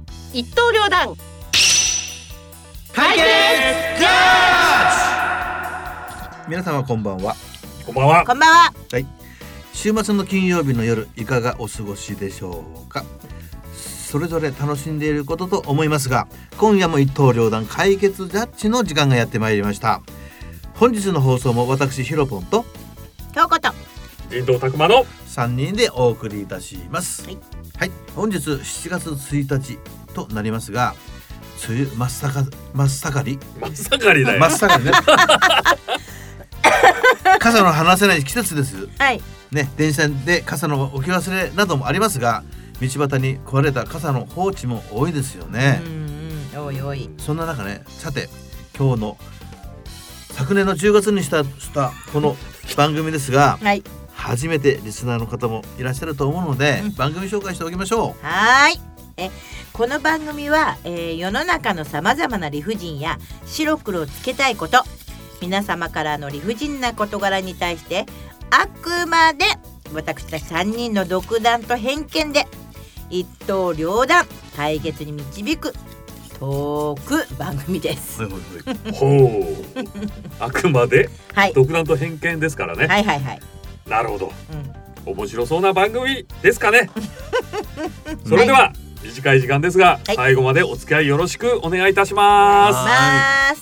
一刀両断解決ジャッジ。皆様こんばんは。 こんばんは。 こんばんは。 はい、週末の金曜日の夜いかがお過ごしでしょうか。それぞれ楽しんでいることと思いますが、今夜も一刀両断解決ジャッジの時間がやってまいりました。本日の放送も私ヒロポンと京子と人道拓磨の 3人でお送りいたします。 はいはい、本日7月1日となりますが、梅雨真っ盛り真っ盛りだよ。 真っ盛りね傘の離せない季節です、 はいね、電車で傘の置き忘れなどもありますが、道端に壊れた傘の放置も多いですよね。 おいおい。 そんな中ね、さて今日の昨年の10月にしたこの番組ですが、 はい初めてリスナーの方もいらっしゃると思うので、番組紹介しておきましょう。 はい。この番組は、世の中のさまざまな理不尽や白黒をつけたいこと、皆様からの理不尽な事柄に対してあくまで私たち3人の独断と偏見で一刀両断解決に導くトーク番組です。 はいはいはいほう。あくまではい独断と偏見ですからね。 はいはいはい。 なるほど。 うん面白そうな番組ですかね。それでは、短い時間ですが、 はい最後までお付き合いよろしくお願いいたします。 ます。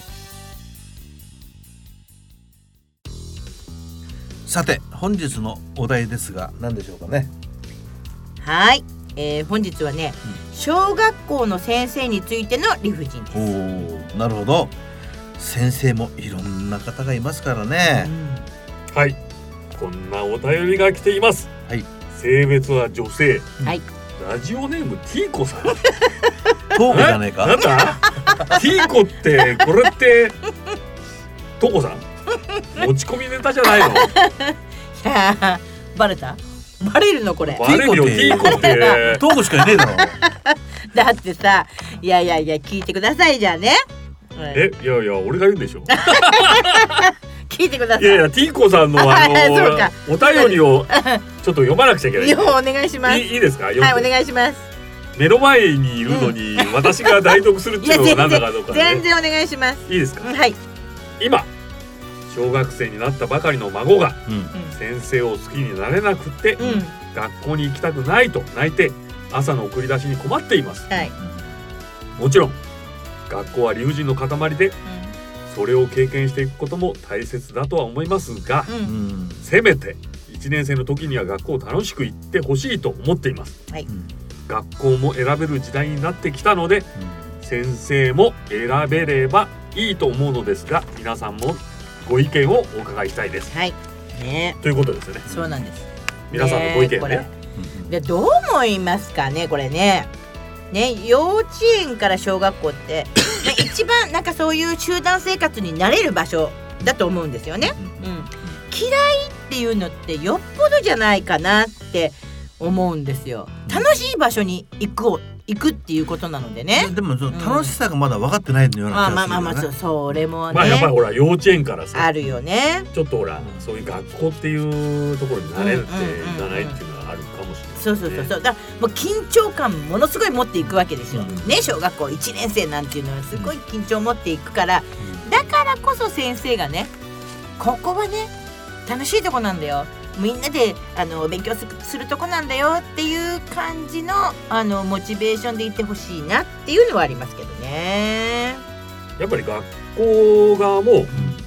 さて本日のお題ですが何でしょうかね。 はい、本日はね、小学校の先生についての理不尽です。 おー、なるほど。先生もいろんな方がいますからね。 はい。こんなお便りが来ています。 はい。 性別は女性。 はい。 ラジオネームティーコさん。 トークじゃねえか。 なんだティーコってこれってトコさん持ち込みネタじゃないの？ いやーバレた？バレるのこれ。 バレるよ。ティーコってトークしかいねえだろ。 だってさ、いや聞いてくださいじゃあね。 いや俺が言うんでしょ。 聞いてください。 いやティーコさんのそうかお便りをちょっと読まなくちゃいけない。 いやお願いします。 いいですか？ はいお願いします。 目の前にいるのに、私が代読するっていうのは何だかどうかね。 全然お願いします。 いいですか？ はい。 今小学生になったばかりの孫がうん先生を好きになれなくて、 うん学校に行きたくないと泣いて朝の送り出しに困っています。 はい。 もちろん学校は理不尽の塊でそれを経験していくことも大切だとは思いますが、 うんせめて1年生の時には学校を楽しく行ってほしいと思っています。 はい。 学校も選べる時代になってきたので先生も選べればいいと思うのですが、皆さんもご意見をお伺いしたいです。 はい。ね。 ということですね。 そうなんです。 皆さんのご意見これね。 でどう思いますかねこれね。ね、幼稚園から小学校って、ね、一番なんかそういう集団生活になれる場所だと思うんですよね。嫌いっていうのってよっぽどじゃないかなって思うんですよ。楽しい場所に行くっていうことなのでね。 でもその楽しさがまだ分かってないのような気がするよね。 それもね、 まあやっぱりほら幼稚園からさあるよね。 ちょっとほらそういう学校っていうところに慣れていかないっていうのはあるかもしれない。 そうだからもう緊張感ものすごい持っていくわけですよ、ね。小学校1年生なんていうのはすごい緊張を持っていくから、だからこそ先生がね、ここはね楽しいとこなんだよ、みんなで勉強するとこなんだよっていう感じのモチベーションでいてほしいなっていうのはありますけどね。 やっぱり学校側も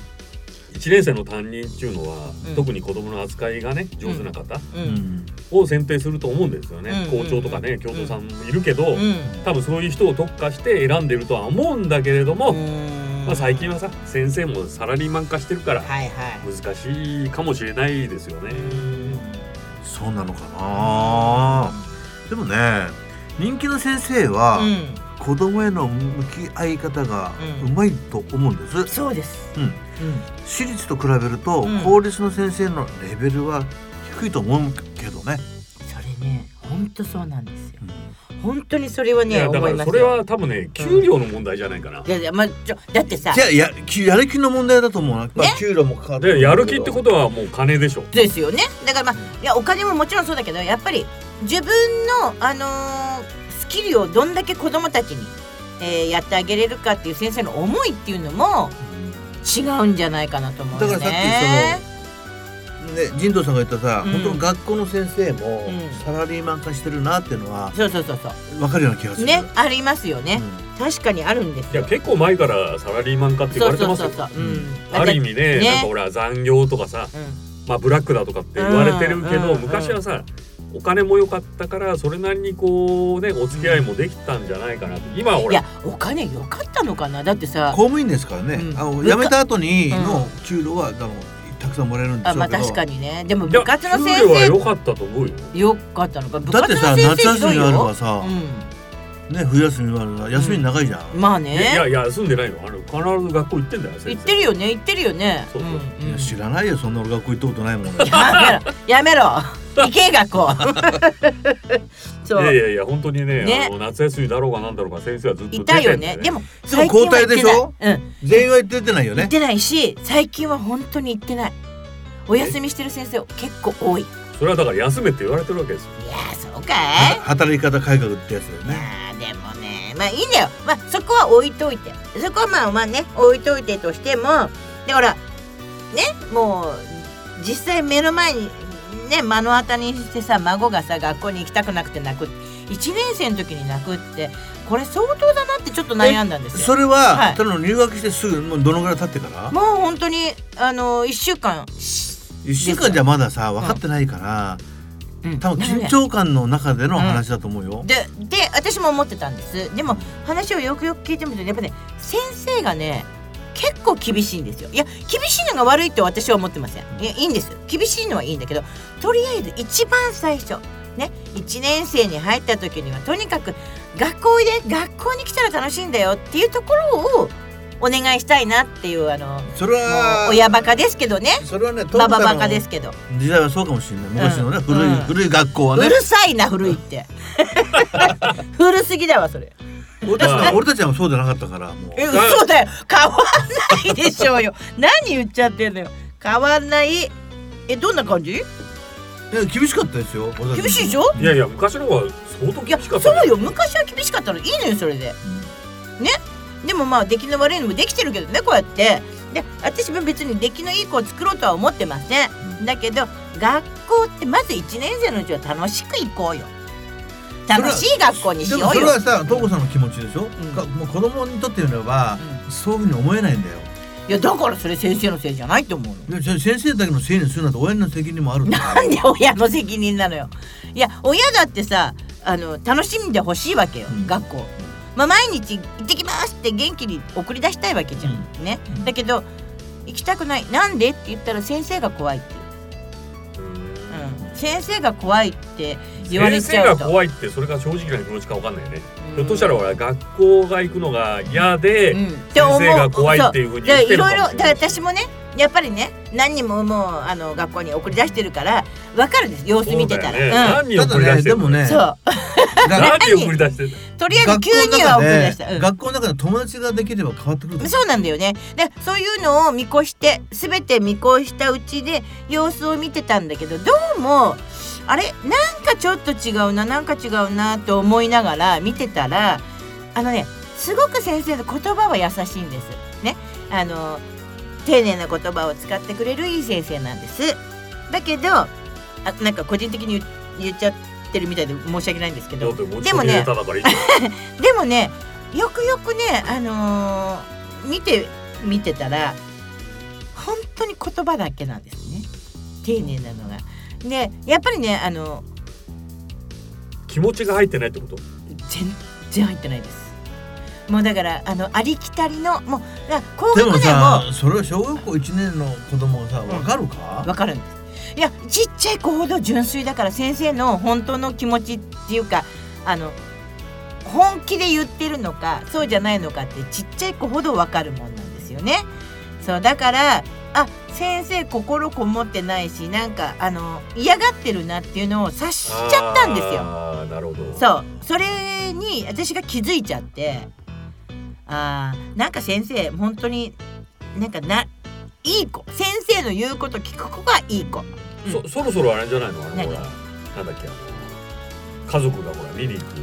1年生の担任っていうのは、特に子どもの扱いがね上手な方を選定すると思うんですよね。校長とかね教頭さんもいるけど、多分そういう人を特化して選んでるとは思うんだけれども、まあ、最近はさ先生もサラリーマン化してるから難しいかもしれないですよね。 そうなのかな。でもね、人気の先生は、子供への向き合い方がうまいと思うんです。 そうです、 私立と比べると、公立の先生のレベルは低いと思うけどね。 それね本当そうなんですよ、本当にそれはね思いますよ。 だからそれは多分ね給料の問題じゃないかな。 いや、だってさやる気の問題だと思うな、給料もかかってでやる気ってことはもう金でしょ。 ですよね。だからいやお金ももちろんそうだけど、やっぱり自分の好ききるようどんだけ子どもたちに、やってあげれるかっていう先生の思いっていうのも違うんじゃないかなと思うよね。 だからさっきね、神藤さんが言ったさ、本当の学校の先生もサラリーマン化してるなっていうのは、 そう分かるような気がするね。ありますよね、確かにあるんですよ。 いや結構前からサラリーマン化って言われてますよ。ある意味ね、なんか俺は残業とかさ、まあブラックだとかって言われてるけど、昔はさお金も良かったからそれなりにこうねお付き合いもできたんじゃないかなと。今は俺いやお金良かったのかな。だってさ公務員ですからね、辞めた後にの給料はたくさんもらえるんでしょうけど、 まあ確かにね。でも部活の先生給料は良かったと思うよ。 良かったのか。部だってさ、夏休みあるわさ、ね、冬休みあるわ、休み長いじゃん。 まあね。 いや休んでないの。必ず学校行ってんだよ。 行ってるよね、行ってるよね。 いや知らないよ、そんな俺学校行ったことないもん。 やめろ行け学校。 いや本当にね、夏休みだろうがなんだろうが先生はずっといたよね。でも交代でしょ。全員は行ってないよね。 行ってないし、最近は本当に行ってない。お休みしてる先生結構多い。 それはだから休めって言われてるわけですよ。 いやそうかい。 働き方改革ってやつだよね。 でもね、まあいいんだよ。まあそこは置いといて、そこはまあね置いといてとしても、でほらね、もう実際目の前にね目の当たりにしてさ、孫がさ学校に行きたくなくて泣く、1年生の時に泣くってこれ相当だなってちょっと悩んだんですよ。 それは、ただ入学してすぐもうどのぐらい経ってから？ もう本当に1週間。 1週間じゃまださ分かってないから、多分緊張感の中での話だと思うよ。 で私も思ってたんです。でも話をよくよく聞いてみるとやっぱね、先生がね結構厳しいんですよ。いや厳しいのが悪いって私は思ってません。いやいいんです。厳しいのはいいんだけど、とりあえず一番最初ね、1年生に入った時にはとにかく学校に来たら楽しいんだよっていうところをお願いしたいなっていう、 それは親バカですけどね。 それはね、 バババカですけど時代はそうかもしれない。昔のね、古い学校はね。 うるさいな古いって古すぎだわそれ。 俺たちはそうじゃなかったからもう。 そうだよ、変わんないでしょうよ。何言っちゃってんのよ。変わんない。どんな感じ？ 厳しかったですよ。 厳しいでしょ？ いや昔の方が相当厳しかった。 そうよ、昔は厳しかったのいいのよそれで、ね。でもまあ出来の悪いのもできてるけどね、こうやって。で私も別に出来のいい子を作ろうとは思ってません。だけど学校ってまず1年生のうちは楽しく行こうよ。楽しい学校にしようよ。 でもそれはさ、東子さんの気持ちでしょ。もう子供にとってみれば、そういうふうに思えないんだよ。 いやだからそれ先生のせいじゃないと思うの。 いや先生だけのせいにするなんて親の責任もある。 なんで親の責任なのよ。いや親だってさ楽しんでほしいわけよ、学校。まあ、毎日行ってきますって元気に送り出したいわけじゃん、ね。だけど行きたくない。なんでって言ったら先生が怖いって言う。先生が怖いって言われちゃうと。 先生が怖いってそれが正直な気持ちか分かんないね。ひょっとしたら俺は学校が行くのが嫌で、先生が怖いっていうふうに言ってるかもしれない。 いろいろだから私もねやっぱりね何人ももう学校に送り出してるから分かるんです、様子見てたら。 何人送り出してるの？ でもね、 そう何人送り出してるの？ とりあえず9人は送り出した。 学校の中で友達ができれば変わってくる。 そうなんだよね。でそういうのを見越して全て見越したうちで様子を見てたんだけど、どうもあれなんかちょっと違うなと思いながら見てたら、すごく先生の言葉は優しいんですね。丁寧な言葉を使ってくれるいい先生なんです。だけどなんか個人的に言っちゃってるみたいで申し訳ないんですけど、でもねよくよくね見てたら本当に言葉だけなんですね、丁寧なのが。でやっぱりね気持ちが入ってないってこと？ 全然入ってないです。もうだからありきたりのもう高学年も。 でもさ、それは小学校1年の子供がさ分かるか？ 分かるんです。いやちっちゃい子ほど純粋だから、先生の本当の気持ちっていうか本気で言ってるのかそうじゃないのかってちっちゃい子ほど分かるもんなんですよね。そうだから先生心こもってないし、なんか嫌がってるなっていうのを察しちゃったんですよ。 なるほど。 そうそれに私が気づいちゃって、なんか先生本当にいい子、先生の言うこと聞く子がいい子。 そろそろあれじゃないの？ほらなんだっけ家族がほら見に行く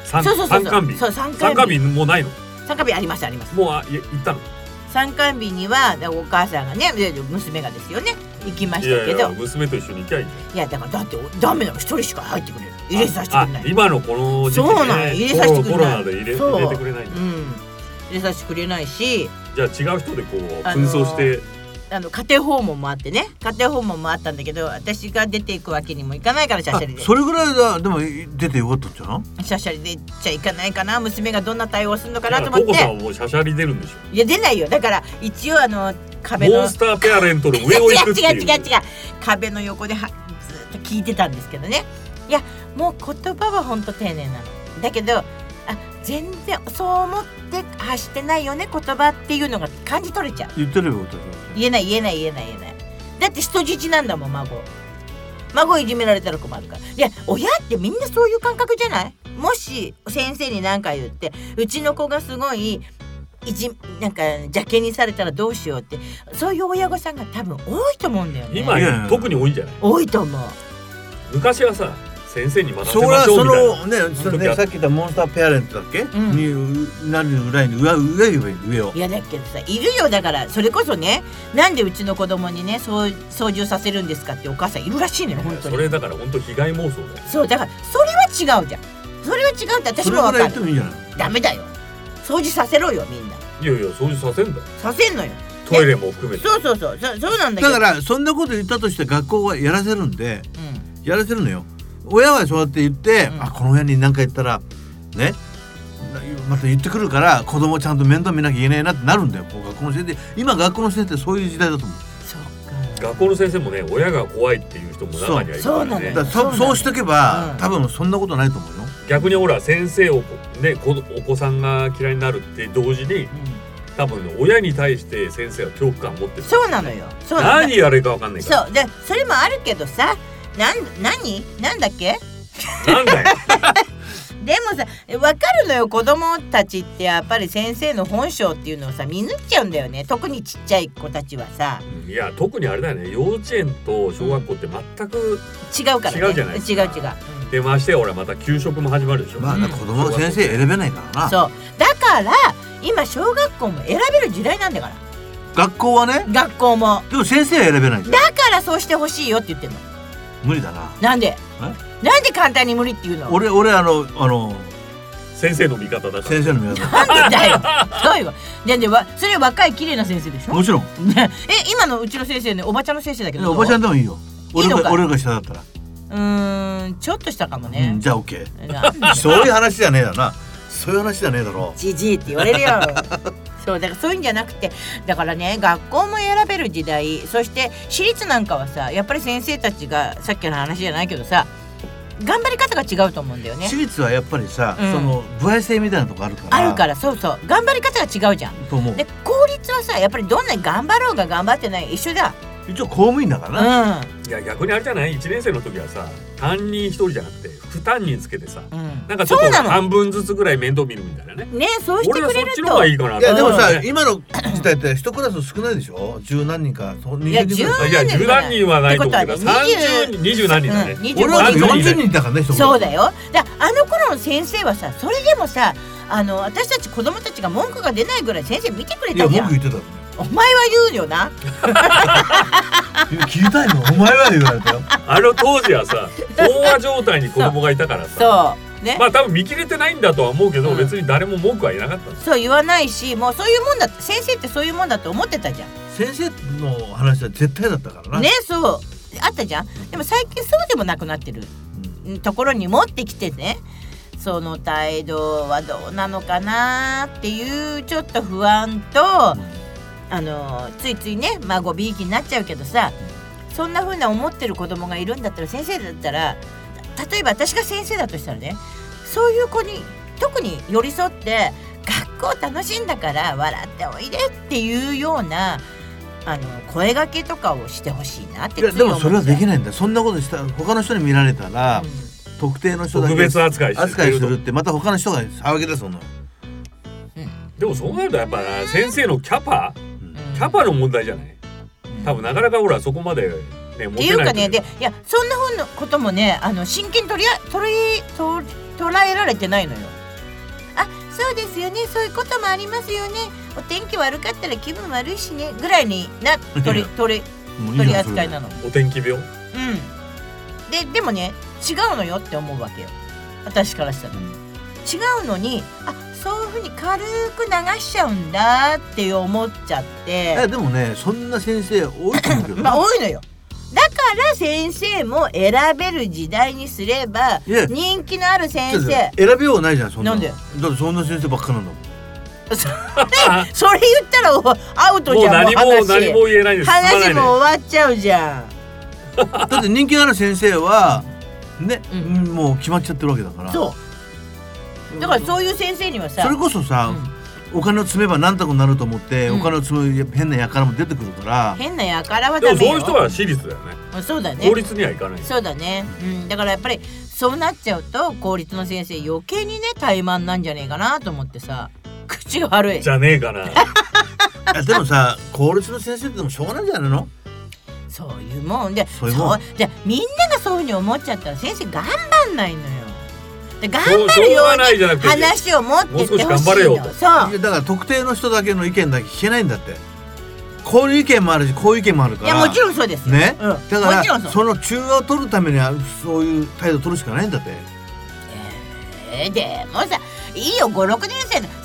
参そう観日。 そう参参観日もうないの？ 参観日あります。 もう行ったの？ 参観日にはお母さんがね、娘がですよね、行きましたけど。 いや娘と一緒に行きゃいい。 いやだからだってダメなの、一人しか入ってくれる、入れさせてくれない。 今のこの時期ね、 そうなの、入れさせてくれない。 コロナで入れてくれないんだ。 入れさせてくれないし、 じゃあ違う人でこう紛争して家庭訪問もあってね、家庭訪問もあったんだけど、私が出ていくわけにもいかないから、シャシャリで。 それぐらいだ。でも出てよかったんじゃん。 シャシャリで行っちゃいかないかな、娘がどんな対応するのかなと思って。 ココさんはもうシャシャリ出るんでしょ。 いや出ないよ。だから一応壁のモンスターペアレントの上を行くっていう。 違う壁の横でずっと聞いてたんですけどね。いやもう言葉は本当丁寧なのだけど、全然そう思って発してないよね、言葉っていうのが感じ取れちゃう。 言ってるよ。 言えないだって人質なんだもん。孫いじめられたら困るから。で親ってみんなそういう感覚じゃない？もし先生に何か言って、うちの子がすごいなんか邪気にされたらどうしようって、そういう親御さんが多分多いと思うんだよね。 今特に多いんじゃない？ 多いと思う。 昔はさ、先生に学ばせましょうみたいな。 さっき言ったモンスターペアレントだっけ、になるぐらいに上を。 いやだけどさ、いるよ。だからそれこそね、なんでうちの子供にね操縦させるんですかってお母さんいるらしいのよ、本当に。 それだから本当被害妄想だよ。 そうだからそれは違うじゃん。それは違うって私も分かる。 それぐらい言ってもいいんじゃない？ ダメだよ、掃除させろよみんな。 いや掃除させんだよ。 させんのよ、 トイレも含めて。 そうなんだけど。 だからそんなこと言ったとして学校はやらせるんで、やらせるのよ。親はそうやって言って、この親に何か言ったらね、また言ってくるから子供ちゃんと面倒見なきゃいけないなってなるんだよ。学校の先生、今学校の先生そういう時代だと思う。 学校の先生もね、親が怖いっていう人も中にはいるからね。 そうしとけば、多分そんなことないと思うよ。 逆にほら、先生をね、お子さんが嫌いになるって同時に、多分親に対して先生は恐怖感を持ってる。 そうなのよ。 何やれか分かんないから。 そうで、それもあるけどさ、なんだっけなんだよでもさ、分かるのよ。子供たちってやっぱり先生の本性っていうのをさ見抜っちゃうんだよね。特にちっちゃい子たちはさ。 いや特にあれだよね、幼稚園と小学校って全く違うからね。 違うじゃないですか。 違う、 でましてほらまた給食も始まるでしょ。 子供の先生選べないからな。 そうだから今小学校も選べる時代なんだから。 学校はね。 学校もでも先生は選べないじゃん。 だからそうしてほしいよって言ってるの。 無理だな。 なんで簡単に無理って言うの？ 俺先生の味方だから。 先生の味方。 なんでだよ。そうよ。でそれは若い綺麗な先生でしょ。 もちろん。 今のうちの先生ね、おばちゃんの先生だけど。 おばちゃんでもいいよ。俺が下だったら。 ちょっとしたかもね。 じゃあ OK。そういう話じゃねえだな。そういう話じゃねえだろ。 じじいって言われるよ。そうだからそういうんじゃなくて、だからね、学校も選べる時代、そして私立なんかはさ、やっぱり先生たちがさっきの話じゃないけどさ、頑張り方が違うと思うんだよね。 私立はやっぱりさ、その歩合制みたいなとこあるから。そう頑張り方が違うじゃん。で公立はさ、やっぱりどんなに頑張ろうが頑張ってない一緒だ。 一応公務員だからな。 いや逆にあれじゃない、1年生の時はさ、担任1人じゃなくて2担任つけてさ、なんかちょっと半分ずつぐらい面倒見るみたいなね。 そうしてくれると。 俺はそっちの方がいいかな。 いやでもさ、今の時代って1クラス少ないでしょ。10何人か。 いや10何人はないと思うけど、20何人だね。 俺は40人だからね。 そうだよ。あの頃の先生はさ、それでもさ、私たち子供たちが文句が出ないぐらい先生見てくれたじゃん。 いや文句言ってた。 お前は言うよな。 聞きたいのお前は言われたよ。 当時はさ、飽和状態に子供がいたからさ。ね、まあ多分見切れてないんだとは思うけど、別に誰も文句はいなかったんです。 そう言わないし、もうそういうもんだって、先生ってそういうもんだと思ってたじゃん。 先生の話は絶対だったからな。 ね、そうあったじゃん。でも最近そうでもなくなってる、ところに持ってきてね、その態度はどうなのかなっていうちょっと不安と、ついついね孫びいきになっちゃうけどさ、そんな風な思ってる子供がいるんだったら、先生だったら、例えば私が先生だとしたらね、そういう子に特に寄り添って、学校楽しいんだから笑っておいでっていうような声掛けとかをしてほしいなって。 いやでもそれはできないんだ。そんなことしたら他の人に見られたら、特定の人だけ特別扱いするって、また他の人が騒ぎ出すの。 でもそうなるとやっぱ先生のキャパの問題じゃない。多分なかなかほらそこまでね持てないっていうかね。 いやそんなふうなこともね、真剣に取り捉えられてないのよ。あ、そうですよね、そういうこともありますよね、お天気悪かったら気分悪いしねぐらいに取り扱いなの。 お天気病。 でもね違うのよって思うわけよ、私からしたら。違うのに、あ、そういう風に軽く流しちゃうんだって思っちゃって。 でもね、そんな先生多いと思うけどまあ多いのよ。だから先生も選べる時代にすれば、人気のある先生選びようないじゃん。そんな。 なんで？ だってそんな先生ばっかなんだもん。 それ言ったらアウトじゃん。 もう何も言えないです。 話も終わっちゃうじゃん。 だって人気のある先生はね、もう決まっちゃってるわけだから。 そうだからそういう先生にはさ、 それこそさ、お金を積めば何とかなると思って、お金を積む変な輩も出てくるから。 変な輩はダメよ。 でもそういう人は私立だよね。 そうだね。 公立にはいかない。 そうだね。だからやっぱりそうなっちゃうと公立の先生余計にね怠慢なんじゃねえかなと思ってさ、口が悪いじゃねえかな。 でもさ、公立の先生ってでもしょうがないんじゃないの？ そういうもんで、 じゃみんながそういうふうに思っちゃったら先生頑張んないのよ。頑張るように話を持ってってほしいの。そうだから特定の人だけの意見だけ聞けないんだって。こういう意見もあるし、こういう意見もあるから。 いやもちろんそうですよね。だからその中和を取るためにはそういう態度を取るしかないんだって。 でもさ、いいよ、5、6年生の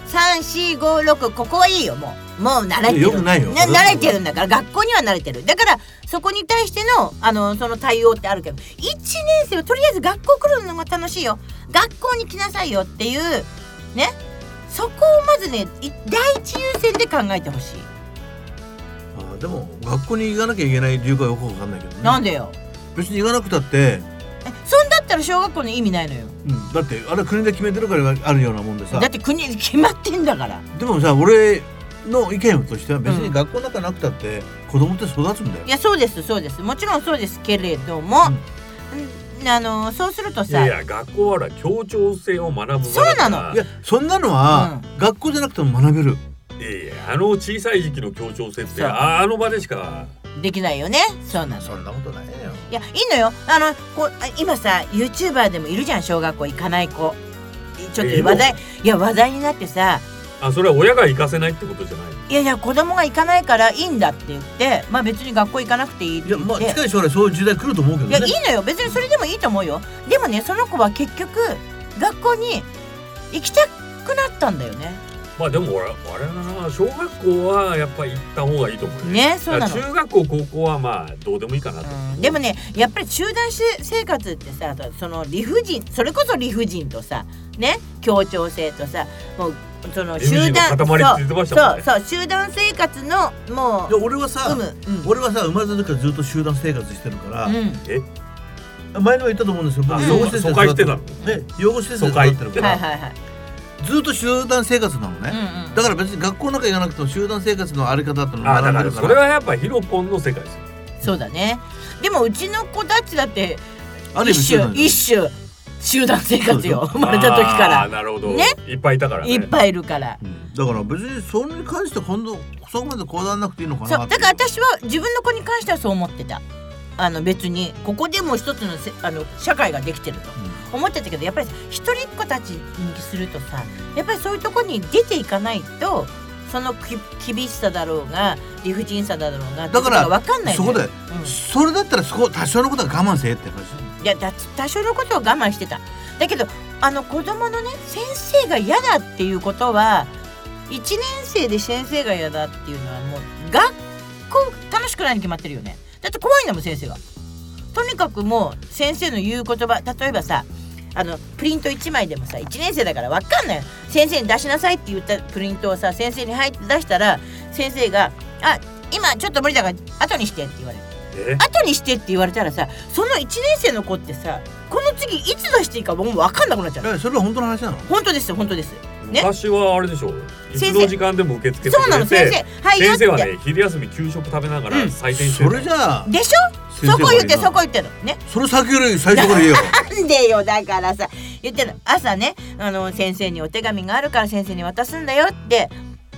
3、4、5、6、ここはいいよ。もう慣れてる。 よくないよ。 慣れてるんだから、学校には慣れてる。だからそこに対してのその対応ってあるけど、1年生はとりあえず学校来るのが楽しいよ、学校に来なさいよっていうね、そこをまずね第一優先で考えてほしい。 でも学校に行かなきゃいけない理由がよくわかんないけどね。 なんでよ。 別に行かなくたってそんだったら小学校の意味ないのよ。 だってあれ国で決めてるからあるようなもんでさ。 だって国で決まってんだから。 でもさ、俺の意見としては別に学校なんかなくたって子供って育つんだよ。 いやそうですそうです、もちろんそうですけれども、そうするとさ、 いや学校は協調性を学ぶ。 そうなの。 いやそんなのは、学校じゃなくても学べる。 小さい時期の協調性ってあの場でしかできないよね。そうなの。 そんなことないよ。 いやいいのよ。今さ YouTuber でもいるじゃん、小学校行かない子。ちょっと話題になってさ。 それは親が行かせないってことじゃない？ いや子供が行かないからいいんだって言って、別に学校行かなくていいって言って。 近い将来そういう時代来ると思うけどね。 いやいいのよ、別にそれでもいいと思うよ。でもね、その子は結局学校に行きたくなったんだよね。 でも我々小学校はやっぱり行った方がいいと思うね。そうなの。 中学校高校はどうでもいいかなと。 でもね、やっぱり集団生活ってさ、その理不尽、それこそ理不尽とさね、協調性とさ、もうその集団、そう集団生活のもう。 俺はさ生まれた時からずっと集団生活してるから。前にも言ったと思うんですよ。僕養護施設で育ってる。養護施設で育ってるから。ずっと集団生活なのね。だから別に学校なんか行かなくても集団生活のあり方ってのを学んでるから。 それはやっぱヒロポンの世界ですよ。 そうだね。でもうちの子たちだって一種集団生活よ、生まれた時から。 なるほどね。いっぱいいたからね。 いっぱいいるから。 だから別にそれに関して今度そこまでこだわらなくていいのかな。 そうだから私は自分の子に関してはそう思ってた。別にここでも一つの社会ができてると思ってたけど、やっぱり一人っ子たちにするとさ、やっぱりそういうとこに出ていかないと、その厳しさだろうが理不尽さだろうがだから分かんない。 そこで、それだったら多少のことは我慢せえって話。 いや多少のことを我慢してた。だけど子供のね、先生が嫌だっていうことは、1年生で先生が嫌だっていうのはもう学校楽しくないに決まってるよね。だって怖いんだもん、先生が。とにかくもう先生の言う言葉、例えばさプリント1枚でもさ、1年生だから分かんないよ。先生に出しなさいって言ったプリントをさ、先生に入って出したら、先生が今ちょっと無理だから後にしてって言われる。後にしてって言われたらさ、その1年生の子ってさ、この次いつ出していいかもう分かんなくなっちゃう。 それは本当の話なの？ 本当ですよ、本当です。 昔はあれでしょう、いつの時間でも受け付けてくれて、 先生はね、昼休み給食食べながら採点してる。 それじゃあでしょ、そこ言ってるね。 それ先より最初から言えよ。 なんでよ、だからさ言ってる。朝ね、先生にお手紙があるから先生に渡すんだよって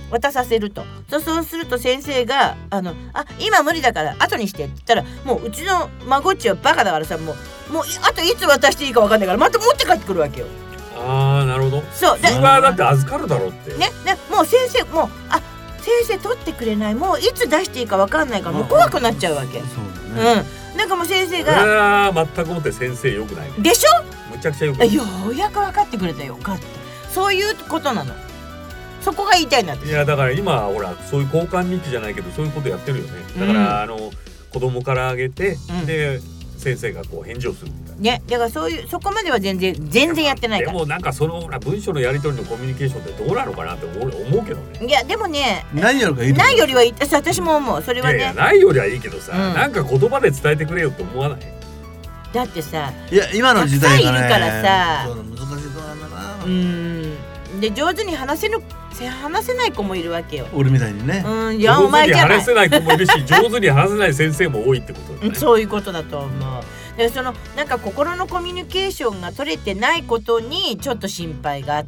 渡させると。そうすると先生が今無理だから後にしてって言ったら、もううちの孫っちはバカだからさ、もうあといつ渡していいか分かんないからまた持って帰ってくるわけよ。 なるほど。 そう普通はだって預かるだろうってね。もう先生先生取ってくれない、もういつ出していいか分かんないからもう怖くなっちゃうわけ。 そうだね。 なんかもう先生が全くもって先生良くないでしょ。 むちゃくちゃ良くない。 ようやく分かってくれたよかった。そういうことなの。そこが言いたいなって。 いやだから今ほらそういう交換日記じゃないけどそういうことやってるよね。だから、子供からあげて、で先生がこう返事をするみたいな。 ね、だからそこまでは全然やってないから。 でもなんかその文章のやり取りのコミュニケーションってどうなのかなって思うけどね。 いやでもね、 ないよりはいい。 ないよりはいい。私も思う。それはね。 いやないよりはいいけどさ、なんか言葉で伝えてくれよって思わない？ だってさ、 いや今の時代がね、 たくさんいるからさ、 そう難しいとこなんだな。 で上手に話せない子もいるわけよ。 俺みたいにね。 いやお前じゃない。 上手に話せない子もいるし上手に話せない先生も多いってことだね。 そういうことだと思う。でなんか心のコミュニケーションが取れてないことにちょっと心配があって、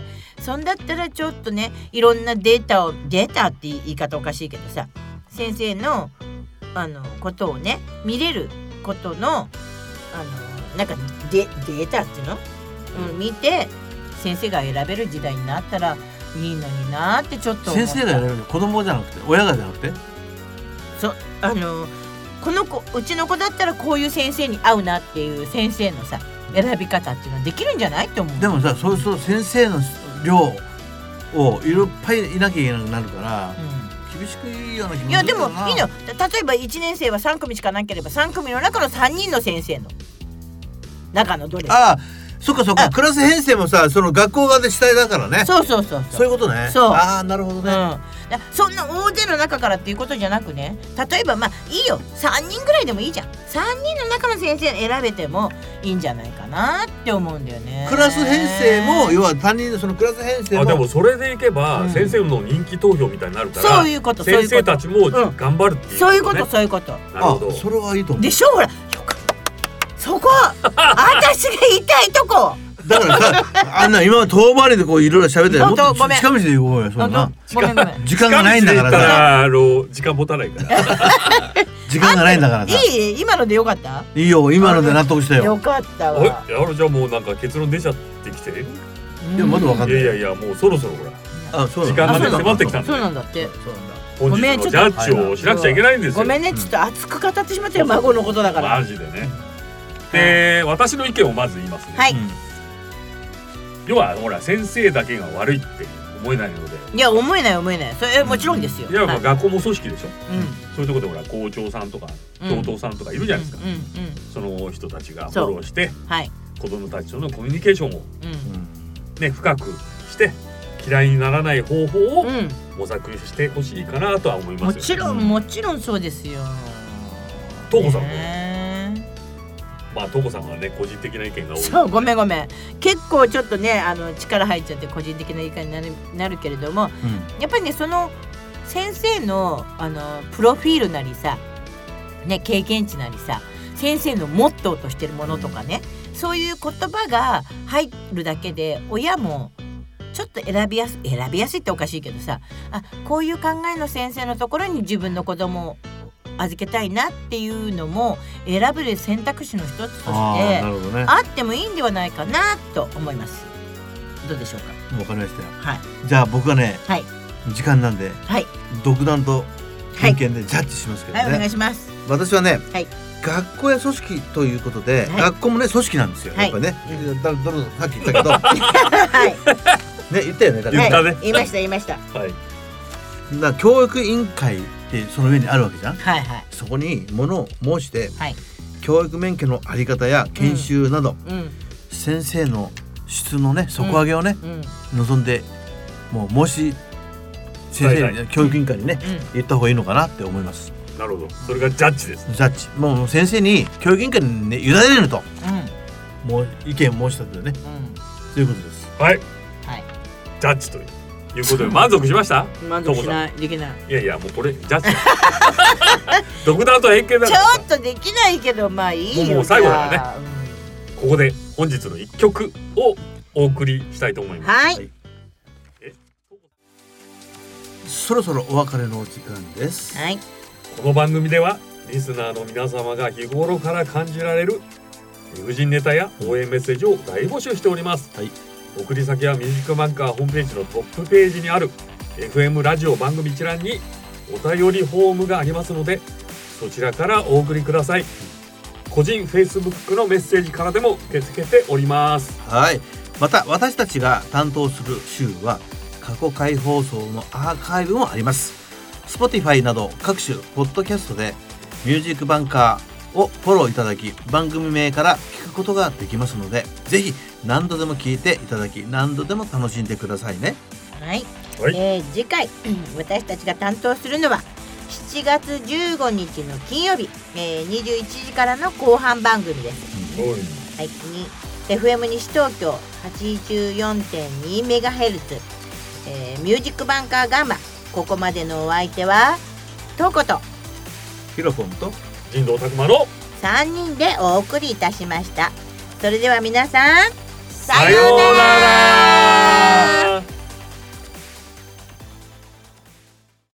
そんだったらちょっとね、いろんなデータって言い方おかしいけどさ、先生のことをね見れることのなんかデータっていうの、見て先生が選べる時代になったらいいのになってちょっと思った。 先生が選べる、子供じゃなくて親がじゃなくて、 この子、うちの子だったらこういう先生に合うなっていう先生のさ選び方っていうのはできるんじゃないって思う。 でもさ、そうすると先生の量をいっぱいいなきゃいけなくなるから、厳しくいいような気もする。 いやでもいいのよ。例えば1年生は3組しかなければ3組の中の3人の先生の中のどれ。 そっかクラス編成もさ、その学校側で主体だからね。 そういうことね。 そう。 なるほどね。 そんな大勢の中からっていうことじゃなくね、例えばいいよ、3人ぐらいでもいいじゃん。3人の中の先生選べてもいいんじゃないかなって思うんだよね。 クラス編成も要は担任のそのクラス編成も。 でもそれでいけば、先生の人気投票みたいになるから、 そういうこと。 先生たちも頑張るっていう、ね、 そういうこと。 なるほど。 それはいいと思う。 でしょ。ほらよかった。そこ私が言いたいとこ。 だからさ、今遠回りでこういろいろ喋ってもっと近道で行こうよ。そんなごめん時間がないんだからさ。時間持たないから時間がないんだからさ。 いい？今のでよかった？ いいよ、今ので納得したよ。 よかったわ。 じゃあもうなんか結論出ちゃってきてる？ いやまだわかんない。 いやもうそろそろほら時間がね迫ってきたんだ。 そうなんだって。 本日のジャッジをしなくちゃいけないんですよ。 ごめんね、ちょっと熱く語ってしまったよ、孫のことだから。 マジでね。で、私の意見をまず言いますね。 はい。 要はほら先生だけが悪いって思えないので。 いや思えないそれもちろんですよ。 いや学校も組織でしょ。そういうところでほら校長さんとか教頭さんとかいるじゃないですか。その人たちがフォローして子供たちとのコミュニケーションをね深くして嫌いにならない方法を模索してほしいかなとは思いますよ。 もちろんそうですよ。 トコさんも。トコさんはね個人的な意見が多い。 そうごめん結構ちょっとね力入っちゃって個人的な意見になるけれども、やっぱりねその先生のプロフィールなりさね経験値なりさ先生のモットーとしてるものとかね、そういう言葉が入るだけで親もちょっと選びやすいっておかしいけどさ、こういう考えの先生のところに自分の子供を預けたいなっていうのも選べる選択肢の一つとしてあってもいいんではないかなと思います。どうでしょうか。 わかりましたよ。じゃあ僕はね、時間なんで独断と偏見でジャッジしますけどね。 お願いします。 私はね、学校や組織ということで、学校もね組織なんですよ。やっぱりね、さっき言ったけどね言ったよね。 言いました。 だ教育委員会ってその上にあるわけじゃん。そこに物を申して、教育免許のあり方や研修など、先生の質のね底上げをね、望んでもう先生教育委員会にね、言った方がいいのかなって思います。 なるほど。それがジャッジです。 ジャッジ。もう先生に教育委員会にね委ねると、もう意見を申したんでね、そういうことです。ジャッジということで満足しました？ 満足しないできない。 いやもうこれジャッジ独断と偏見だからちょっとできないけどいいよ。 もう最後だからね。ここで本日の一曲をお送りしたいと思います。 そろそろお別れの時間です。 はい。 この番組ではリスナーの皆様が日頃から感じられる理不尽ネタや応援メッセージを大募集しております。 はい。 送り先はミュージックバンカーホームページのトップページにある FM ラジオ番組一覧にお便りフォームがありますので、そちらからお送りください。個人 Facebook のメッセージからでも受け付けております。 はい。また私たちが担当する週は過去回放送のアーカイブもあります。 Spotify など各種ポッドキャストでミュージックバンカーをフォローいただき、番組名から聞くことができますので、ぜひ何度でも聞いていただき、何度でも楽しんでくださいね。 はい、 はい。 次回私たちが担当するのは7月15日の金曜日、21時からの後半番組です。はい、FM 西東京 84.2MHz、ミュージックバンカーガンマ。ここまでのお相手はトコとヒロポンと人道拓磨の 3人でお送りいたしました。それでは皆さん、 さようなら。